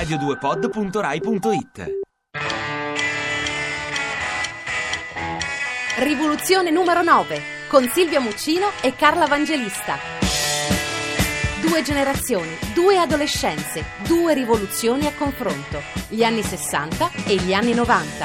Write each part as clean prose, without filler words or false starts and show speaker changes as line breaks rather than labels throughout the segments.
radio2pod.rai.it.
Rivoluzione numero 9 con Silvia Muccino e Carla Vangelista. 2 generazioni, 2 adolescenze, 2 rivoluzioni a confronto. Gli anni 60 e gli anni 90.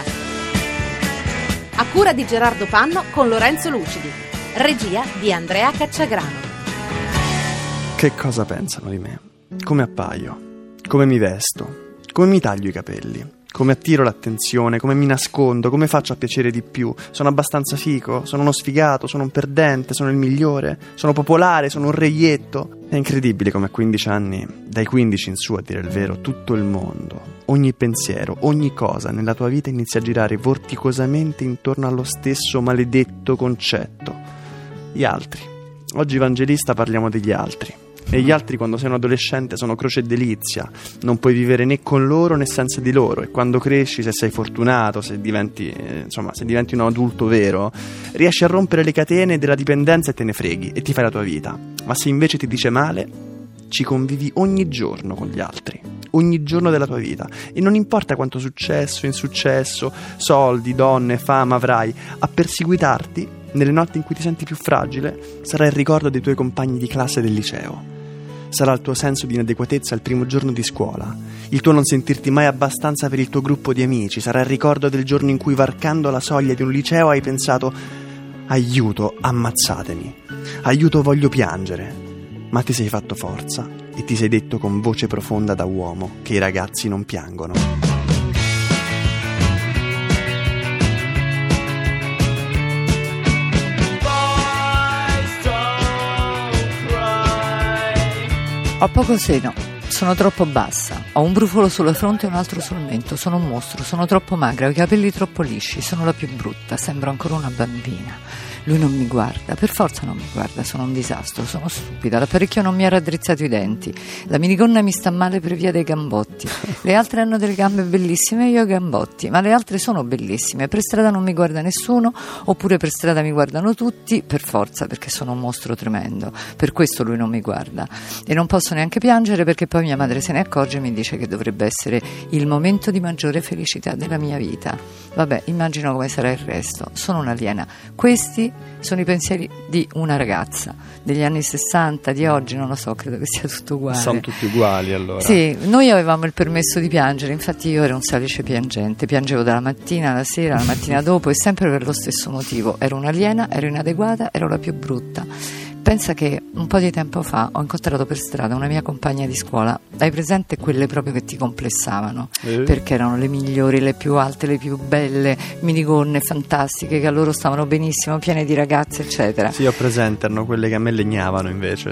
A cura di Gerardo Panno con Lorenzo Lucidi. Regia di Andrea Cacciagrano.
Che cosa pensano di me? Come appaio? Come mi vesto? Come mi taglio i capelli? Come attiro l'attenzione? Come mi nascondo? Come faccio a piacere di più? Sono abbastanza fico? Sono uno sfigato? Sono un perdente? Sono il migliore? Sono popolare? Sono un reietto? È incredibile come a 15 anni, dai 15 in su a dire il vero, tutto il mondo, ogni pensiero, ogni cosa nella tua vita inizia a girare vorticosamente intorno allo stesso maledetto concetto. Gli altri. Oggi Vangelista parliamo degli altri. E gli altri quando sei un adolescente sono croce e delizia, non puoi vivere né con loro né senza di loro, e quando cresci, se sei fortunato, se diventi un adulto vero, riesci a rompere le catene della dipendenza e te ne freghi e ti fai la tua vita. Ma se invece ti dice male, ci convivi ogni giorno con gli altri, ogni giorno della tua vita, e non importa quanto successo, insuccesso, soldi, donne, fama avrai, a perseguitarti nelle notti in cui ti senti più fragile sarà il ricordo dei tuoi compagni di classe del liceo. Sarà il tuo senso di inadeguatezza al primo giorno di scuola, il tuo non sentirti mai abbastanza per il tuo gruppo di amici, sarà il ricordo del giorno in cui, varcando la soglia di un liceo, hai pensato: aiuto, ammazzatemi, aiuto, voglio piangere. Ma ti sei fatto forza e ti sei detto con voce profonda da uomo che i ragazzi non piangono.
Ho poco seno, sono troppo bassa, ho un brufolo sulla fronte e un altro sul mento, sono un mostro, sono troppo magra, ho i capelli troppo lisci, sono la più brutta, sembro ancora una bambina. Lui non mi guarda, per forza non mi guarda, sono un disastro, sono stupida, l'apparecchio non mi ha raddrizzato i denti, la minigonna mi sta male per via dei gambotti, le altre hanno delle gambe bellissime e io ho gambotti, ma le altre sono bellissime, per strada non mi guarda nessuno, oppure per strada mi guardano tutti, per forza, perché sono un mostro tremendo, per questo lui non mi guarda, e non posso neanche piangere perché poi mia madre se ne accorge e mi dice che dovrebbe essere il momento di maggiore felicità della mia vita. Vabbè, immagino come sarà il resto, sono un'aliena. Questi sono i pensieri di una ragazza degli anni 60, di oggi non lo so, credo che sia tutto uguale.
Sono tutti uguali allora.
Sì, noi avevamo il permesso di piangere, infatti io ero un salice piangente, piangevo dalla mattina alla sera, la mattina dopo, e sempre per lo stesso motivo. Ero un'aliena, ero inadeguata, ero la più brutta. Pensa che un po' di tempo fa ho incontrato per strada una mia compagna di scuola. Hai presente quelle proprio che ti complessavano? Perché erano le migliori, le più alte, le più belle, minigonne fantastiche, che a loro stavano benissimo, piene di ragazze, eccetera.
Sì, ho presente, erano quelle che a me legnavano invece.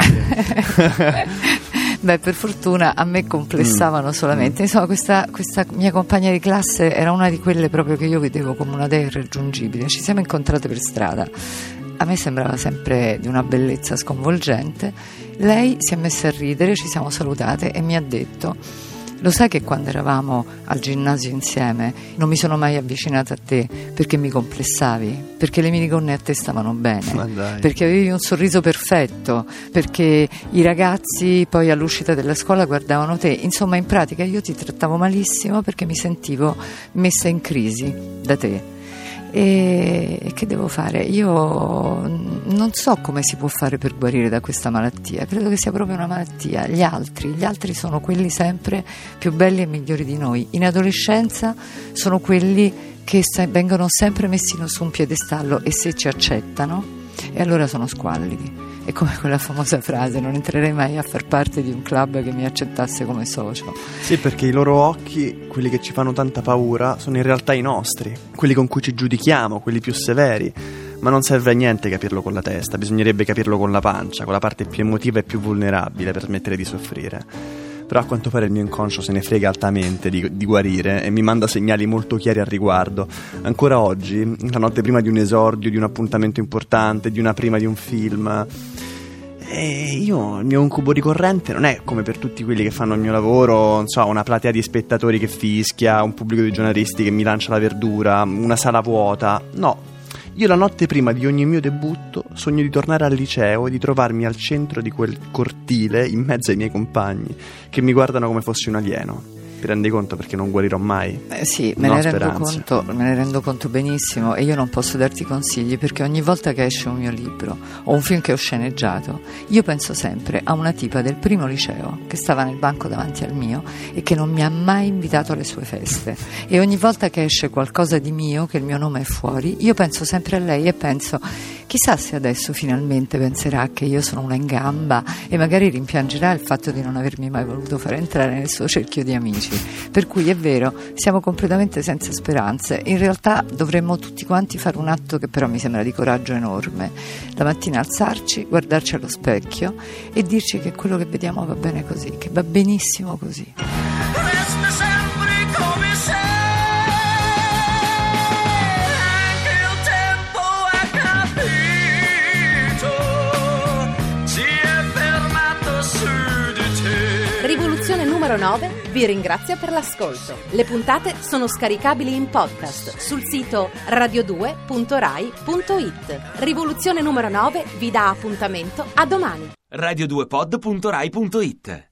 Beh, per fortuna a me complessavano solamente. Insomma, questa mia compagna di classe era una di quelle proprio che io vedevo come una dea irraggiungibile. Ci siamo incontrate per strada. A me sembrava sempre di una bellezza sconvolgente. Lei si è messa a ridere, ci siamo salutate e mi ha detto: lo sai che quando eravamo al ginnasio insieme non mi sono mai avvicinata a te perché mi complessavi, perché le minigonne a te stavano bene, perché avevi un sorriso perfetto, perché i ragazzi poi all'uscita della scuola guardavano te. Insomma, in pratica io ti trattavo malissimo perché mi sentivo messa in crisi da te. E che devo fare? Io non so come si può fare per guarire da questa malattia, credo che sia proprio una malattia. Gli altri sono quelli sempre più belli e migliori di noi. In adolescenza sono quelli che vengono sempre messi su un piedestallo, e se ci accettano, e allora sono squallidi. È come quella famosa frase: non entrerei mai a far parte di un club che mi accettasse come socio.
Sì, perché i loro occhi, quelli che ci fanno tanta paura, sono in realtà i nostri, quelli con cui ci giudichiamo, quelli più severi. Ma non serve a niente capirlo con la testa, bisognerebbe capirlo con la pancia, con la parte più emotiva e più vulnerabile, per smettere di soffrire. Però a quanto pare il mio inconscio se ne frega altamente di guarire e mi manda segnali molto chiari al riguardo. Ancora oggi, la notte prima di un esordio, di un appuntamento importante, di una prima di un film, e io, il mio incubo ricorrente non è come per tutti quelli che fanno il mio lavoro, non so, una platea di spettatori che fischia, un pubblico di giornalisti che mi lancia la verdura, una sala vuota. No, io la notte prima di ogni mio debutto sogno di tornare al liceo e di trovarmi al centro di quel cortile in mezzo ai miei compagni che mi guardano come fossi un alieno. Ti rendi conto perché non guarirò mai?
Sì, me ne rendo conto benissimo, e io non posso darti consigli perché ogni volta che esce un mio libro o un film che ho sceneggiato, io penso sempre a una tipa del primo liceo che stava nel banco davanti al mio e che non mi ha mai invitato alle sue feste, e ogni volta che esce qualcosa di mio, che il mio nome è fuori, io penso sempre a lei e penso: chissà se adesso finalmente penserà che io sono una in gamba e magari rimpiangerà il fatto di non avermi mai voluto far entrare nel suo cerchio di amici. Per cui è vero, siamo completamente senza speranze. In realtà dovremmo tutti quanti fare un atto che però mi sembra di coraggio enorme: la mattina alzarci, guardarci allo specchio e dirci che quello che vediamo va bene così, che va benissimo così.
Rivoluzione numero 9 vi ringrazia per l'ascolto. Le puntate sono scaricabili in podcast sul sito radio2.rai.it. Rivoluzione numero 9 vi dà appuntamento a domani.
radio2pod.rai.it